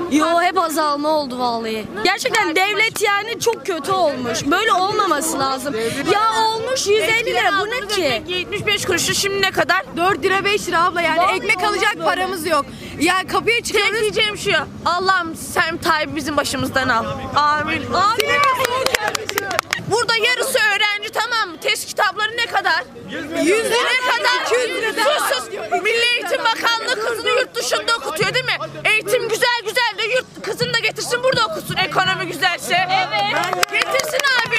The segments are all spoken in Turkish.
Yo, hep azalma oldu vallahi. Gerçekten devlet yani çok kötü olmuş. Böyle olmaması lazım. Ya olmuş 150 lira, bu ne ki? 75 kuruşu şimdi ne kadar? 4 lira 5 lira abla, yani Vallahi ekmek alacak böyle. paramız yok. Yani kapıya çıkıyoruz. Tek diyeceğim şu. Allah'ım sen Tayyip'i bizim başımızdan al. Amin. Amin. Burada yarısı öğrenci, tamam mı? Test kitapları ne kadar? 100 lira kadar. 200 lira. Sus. Milli Eğitim Bakanlığı kızını yurt dışında okutuyor değil mi? Eğitim güzel güzel de kızını da getirsin burada okusun ekonomi güzelse. Evet. Getirsin abi.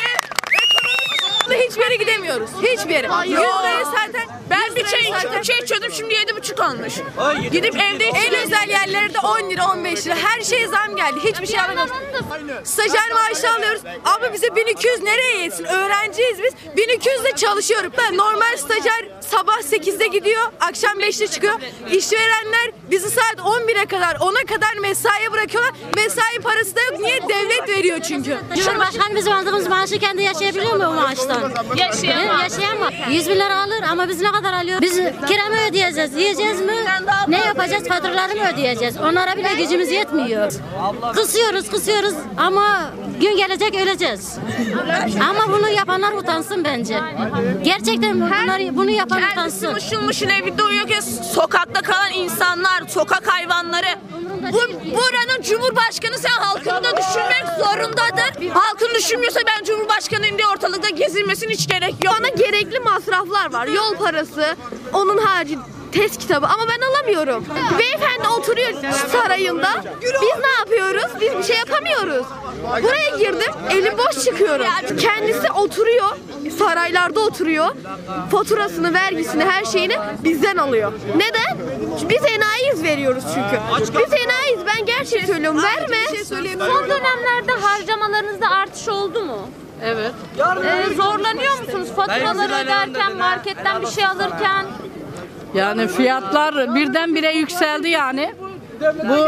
Hiçbir yere gidemiyoruz. Hiçbir yere. 100 liraya zaten. Ben bir çay içiyordum, şimdi 7,5 olmuş. Gidip evde En özel yerlerde 10 lira 15 lira. Her şeye zam geldi. Hiçbir şey alamıyoruz. Stajyer maaşı alıyoruz. Abi bize 1200 nereye yetsin? Öğrenciyiz biz. 1200 de çalışıyorum. Ben normal stajyer sabah 8'de gidiyor, akşam 5'te çıkıyor. İşverenler bizi saat 11'e kadar, 10'a kadar mesaiye bırakıyorlar. Mesai parası da yok. Niye? Devlet veriyor çünkü. Cumhurbaşkanı bizim aldığımız maaşı kendi yaşayabiliyor mu o maaştan? Yaşayamaz. 100 bin lira alır ama biz ne kadar alıyoruz? Biz kira mı ödeyeceğiz? Yiyeceğiz mi? Ne yapacağız? Faturaları mı ödeyeceğiz? Onlara bile gücümüz yetmiyor. Kısıyoruz ama gün gelecek öleceğiz. Ama bunu yapanlar utansın bence. Gerçekten bunu yapan kendisi utansın. mışıl mışıl evde uyuyorken sokakta kalan insanlar, sokak hayvanları. Buranın Cumhurbaşkanı, sen halkını da düşünmek zorundadır. Halkını düşünmüyorsa ben Cumhurbaşkanıyım diye ortalıkta gezinmesine hiç gerek yok. Bana gerekli masraflar var. Yol parası, onun harici test kitabı ama ben alamıyorum. Beyefendi oturuyor sarayında. Biz ne yapıyoruz? Biz bir şey yapamıyoruz. Buraya girdim, elim boş çıkıyorum. Kendisi oturuyor, saraylarda oturuyor. Faturasını, vergisini, her şeyini bizden alıyor. Neden? Biz enayiyiz, veriyoruz çünkü. Biz enayiyiz. Ben gerçek söylüyorum. Verme. Son dönemlerde harcamalarınızda artış oldu mu? Evet. Zorlanıyor musunuz faturaları öderken, marketten bir şey alırken? Yani fiyatlar birdenbire yükseldi yani. Bu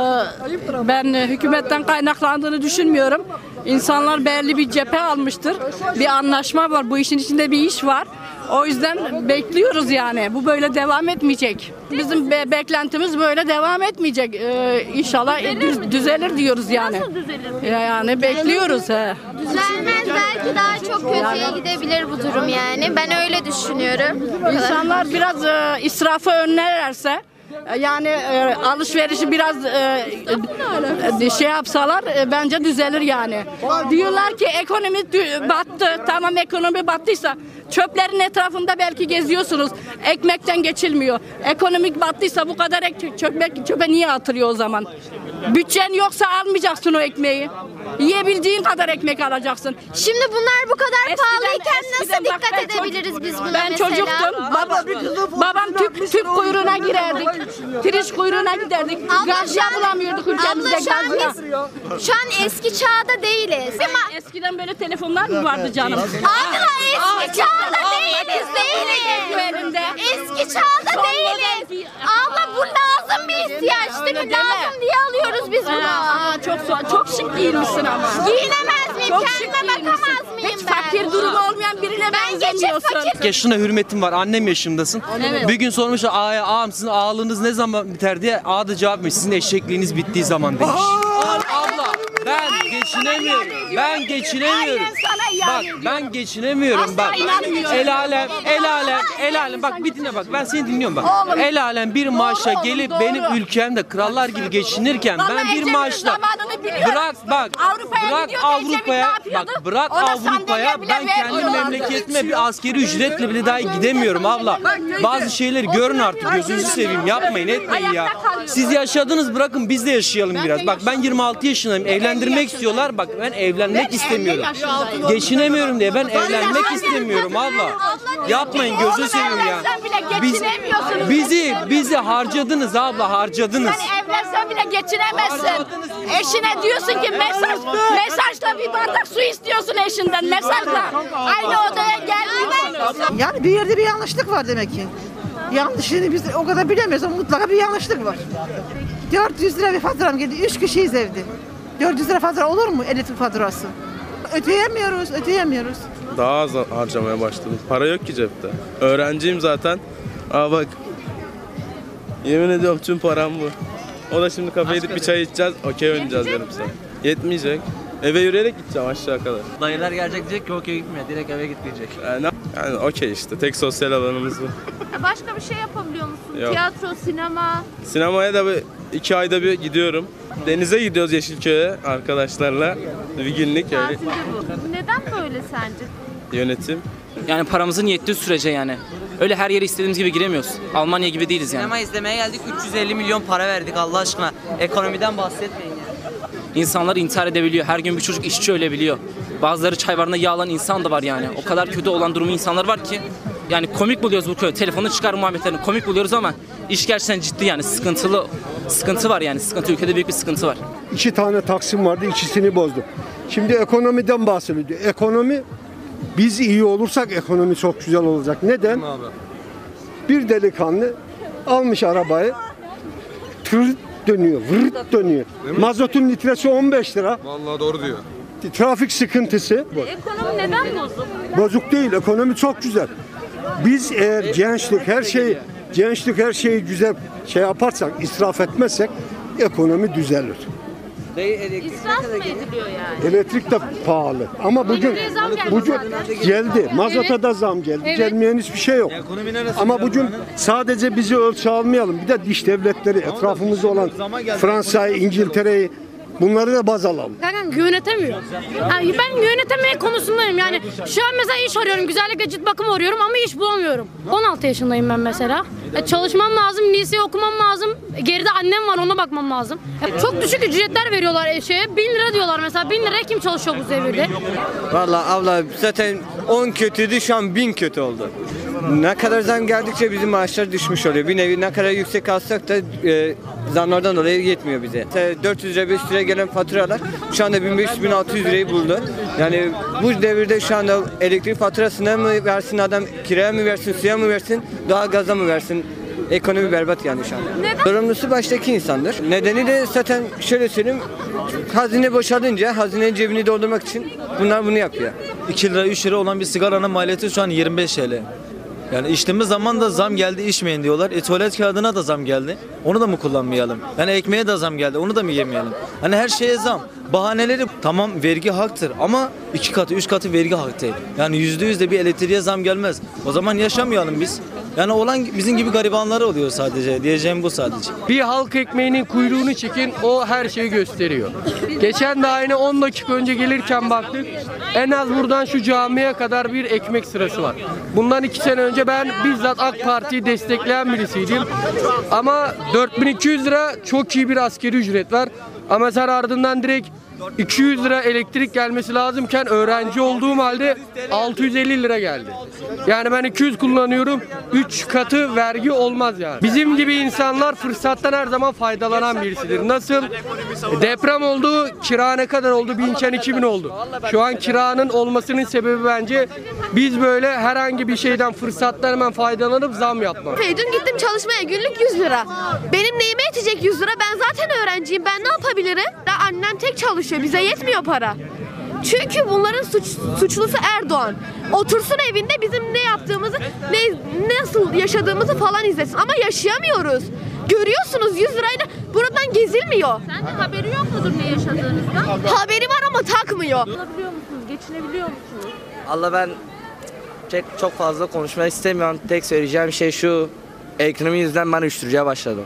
ben hükümetten kaynaklandığını düşünmüyorum. İnsanlar belli bir cephe almıştır. Bir anlaşma var. Bu işin içinde bir iş var. O yüzden bekliyoruz yani. Bu böyle devam etmeyecek. Bizim beklentimiz böyle devam etmeyecek. İnşallah düzelir diyoruz yani. Nasıl düzelir? Yani bekliyoruz. Düzelmez, belki daha çok kötüye gidebilir bu durum yani. Ben öyle düşünüyorum. İnsanlar biraz israfı önlerlerse, yani alışverişi biraz şey yapsalar bence düzelir yani. Diyorlar ki ekonomi battı. Tamam, ekonomi battıysa çöplerin etrafında belki geziyorsunuz. Ekmekten geçilmiyor. Ekonomik battıysa bu kadar çöpe niye atılıyor o zaman? Bütçen yoksa almayacaksın o ekmeği. Yiyebildiğin kadar ekmek alacaksın. Şimdi bunlar bu kadar pahalıyken eskiden nasıl bak, dikkat ben edebiliriz biz buna Ben mesela? çocuktum. Babam tüp kuyruğuna girerdik. Pirinç kuyruğuna giderdik. Gazya bulamıyorduk ülkemizde, gazya. Şu an eski çağda değiliz. Eskiden böyle telefonlar mı vardı canım? Abla eski çağda değiliz. Eski çağda değiliz. Abla bu lazım bir ihtiyaç değil mi? Lazım diye alıyoruz biz bunu. Çok şık giyinmişsin ama. Giyinemez miyim? Çok Kendime şık giyinmişsin. bakamaz mıyım Hiç ben? fakir durumu olmayan birine Ben geçip benzemiyorsun. fakir. Yaşına hürmetim var. Annem yaşındasın. Evet. Bir gün sormuş ağaya, ağam sizin ağalığınız ne zaman biter diye. Ağa da cevap vermiş. Sizin eşekliğiniz bittiği zaman demiş. Abla ben geçinemiyorum. Ben geçinemiyorum. Bak ben geçinemiyorum. Bak el alem. Bak bir dinle bak. Ben seni dinliyorum bak. El alem bir maaşla gelip benim ülkemde krallar gibi geçinirken ben bir maaşla bırak Avrupa'ya ben kendi memleketime bir askeri ücretle bile dahi gidemiyorum abla. Bazı şeyleri görün artık, gözünüzü seveyim, yapmayın etmeyin ya. Siz yaşadınız, bırakın biz de yaşayalım biraz. Bak ben 26 yaşındayım, evlendirmek istiyorlar, bak ben evlenmek istemiyorum. Geçinemiyorum diye ben evlenmek istemiyorum abla. Yapmayın, gözünü seveyim ya. Bizi harcadınız abla, harcadınız. Evlensen bile geçinemezsin. Eşine diyorsun ki mesajla bir bardak su istiyorsun eşinden, mesajla. Aynı odaya gelmiyorsun. Yani bir yerde bir yanlışlık var demek ki. Yanlışını biz o kadar bilemiyoruz ama mutlaka bir yanlışlık var. 400 lira bir faturam geldi. 3 kişiyiz evde. 400 lira fatura olur mu elektrik faturası? Ödeyemiyoruz. Daha az harcamaya başladım. Para yok ki cepte. Öğrenciyim zaten. Aa bak. Yemin ediyorum tüm param bu. O da şimdi kafeye gidip bir çay içeceğiz. Okey oynayacağız yarım saat. Yetmeyecek. Eve yürüyerek gideceğim aşağı kadar. Dayılar gelecek diyecek ki okey gitmiyor. Direkt eve gitmeyecek. Yani okey işte. Tek sosyal alanımız bu. Başka bir şey yapabiliyor musun? Yok. Tiyatro, sinema. Sinemaya da 2 ayda bir gidiyorum. Denize gidiyoruz Yeşilköy'e arkadaşlarla. Bir günlük öyle. Tatilde bu. Neden böyle sence? Yönetim. Yani paramızın yettiği sürece yani. Öyle her yere istediğimiz gibi giremiyoruz. Almanya gibi değiliz yani. Sinema izlemeye geldik 350 milyon para verdik Allah aşkına. Ekonomiden bahsetmeyin ya. İnsanlar intihar edebiliyor. Her gün bir çocuk işçi ölebiliyor. Bazıları çay barında yağ alan insan da var yani. O kadar kötü olan durumu insanlar var ki. Yani komik buluyoruz bu köy. Telefonu çıkar muhabbetlerini komik buluyoruz ama iş gerçekten ciddi yani. Sıkıntı var yani. Ülkede büyük bir sıkıntı var. 2 tane Taksim vardı, ikisini bozdum. Şimdi ekonomiden bahsediliyor. Ekonomi, biz iyi olursak ekonomi çok güzel olacak. Neden? Bir delikanlı almış arabayı, tır dönüyor, vırt dönüyor. Mazotun litresi 15 lira. Vallahi doğru diyor. Trafik sıkıntısı. Ekonomi neden bozuk? Bozuk değil, ekonomi çok güzel. Biz eğer gençlik her şeyi güzel şey yaparsak, israf etmezsek ekonomi düzelir. İsraf mı ediliyor yani? Elektrik de pahalı ama bugün geldi. Mazota da zam geldi. Gelmeyen hiçbir şey yok. Ama bugün sadece bizi ölçü almayalım. Bir de dış devletleri, etrafımızda olan Fransa'yı, İngiltere'yi, bunları da baz alalım. Zaten yönetemiyor. Yani ben yönetemeye konusundayım. Yani şu an mesela iş arıyorum. Güzellik ve cilt bakımı arıyorum ama iş bulamıyorum. 16 yaşındayım ben mesela. Çalışmam lazım, liseyi okumam lazım. Geride annem var, ona bakmam lazım. Çok düşük ücretler veriyorlar 1000 lira diyorlar mesela. 1000 liraya kim çalışıyor bu devirde? Vallahi abla zaten 10 kötüydü şu an 1000 kötü oldu. Ne kadar zam geldikçe bizim maaşlar düşmüş oluyor. Bir nevi ne kadar yüksek alsak da zamlardan dolayı yetmiyor bize. 400 lira 500 liraya gelen faturalar şu anda 1500-1600 lirayı buldu. Yani bu devirde şu anda elektrik faturasına mı versin adam, kiraya mı versin, suya mı versin, doğalgaza mı versin? Ekonomi berbat yani şu an. Sorumlusu baştaki insandır. Nedeni de zaten şöyle söyleyeyim, hazine boşalınca hazinenin cebini doldurmak için bunlar bunu yapıyor. 2 lira 3 lira olan bir sigaranın maliyeti şu an 25 TL. Yani içtiğimiz zaman da zam geldi, içmeyin diyorlar. Tuvalet kağıdına da zam geldi. Onu da mı kullanmayalım? Yani ekmeğe de zam geldi. Onu da mı yemeyelim? Hani her şeye zam. Bahaneleri tamam vergi haktır ama 2 katı 3 katı vergi hak değil. Yani %100 de bir elektriğe zam gelmez. O zaman yaşamayalım biz. Yani olan bizim gibi garibanları oluyor sadece. Diyeceğim bu sadece. Bir halk ekmeğinin kuyruğunu çekin, o her şeyi gösteriyor. Geçen de aynı 10 dakika önce gelirken baktık. En az buradan şu camiye kadar bir ekmek sırası var. Bundan 2 sene önce ben bizzat AK Parti'yi destekleyen birisiydim. Ama 4200 lira çok iyi bir asgari ücret var. Ama mesela ardından direkt 200 lira elektrik gelmesi lazımken öğrenci olduğum halde 650 lira geldi. Yani ben 200 kullanıyorum, 3 katı vergi olmaz yani. Bizim gibi insanlar fırsattan her zaman faydalanan birisidir. Nasıl? Deprem oldu, kira ne kadar oldu? 1000 iken 2000 oldu. Şu an kiranın olmasının sebebi bence biz böyle herhangi bir şeyden fırsattan hemen faydalanıp zam yapmak. Dün gittim çalışmaya, günlük 100 lira. Benim neyime yetecek 100 lira? Ben zaten öğrenciyim. Ben ne yapabilirim? Annem tek çalışıyor. Bize yetmiyor para. Çünkü bunların suçlusu Erdoğan. Otursun evinde bizim ne yaptığımızı, nasıl yaşadığımızı falan izlesin. Ama yaşayamıyoruz. Görüyorsunuz 100 lirayla buradan gezilmiyor. Sence haberi yok mudur ne yaşadığınızdan? Haberi var ama takmıyor. Alabiliyor musunuz? Geçinebiliyor musunuz? Allah ben çok fazla konuşmak istemiyorum. Tek söyleyeceğim şey şu. Ekonomi yüzünden ben uyuşturucuya başladım.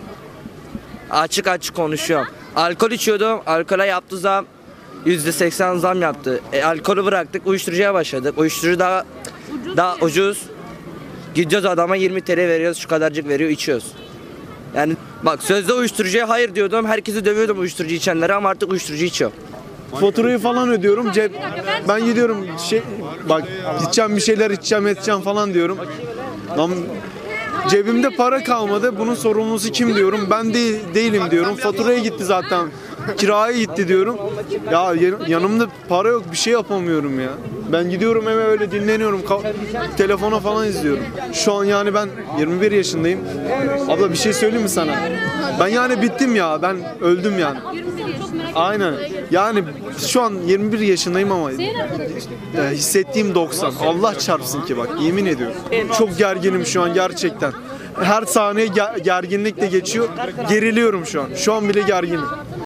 Açık konuşuyorum. Alkol içiyordum. Alkola yaptı zam. %80 zam yaptı. Alkolü bıraktık. Uyuşturucuya başladık. Uyuşturucu daha ucuz. Gidiyoruz adama 20 TL veriyoruz. Şu kadarcık veriyor, içiyoruz. Yani bak sözde uyuşturucuya hayır diyordum. Herkesi dövüyordum uyuşturucu içenlere ama artık uyuşturucu içiyorum. Faturayı falan ödüyorum. Ben gidiyorum bak gideceğim bir şeyler içeceğim edeceğim falan diyorum. Lan cebimde para kalmadı. Bunun sorumlusu kim diyorum. Ben değilim diyorum. Faturaya gitti zaten. Kiraya gitti diyorum. Ya yanımda para yok. Bir şey yapamıyorum ya. Ben gidiyorum eve öyle dinleniyorum. Telefona falan izliyorum. Şu an yani ben 21 yaşındayım. Abla bir şey söyleyeyim mi sana? Ben yani bittim ya. Ben öldüm yani. Aynen. Yani şu an 21 yaşındayım ama hissettiğim 90. Allah çarpsın ki bak yemin ediyorum. Çok gerginim şu an gerçekten. her saniye gerginlikle geçiyor. Geriliyorum şu an. Şu an bile gerginim.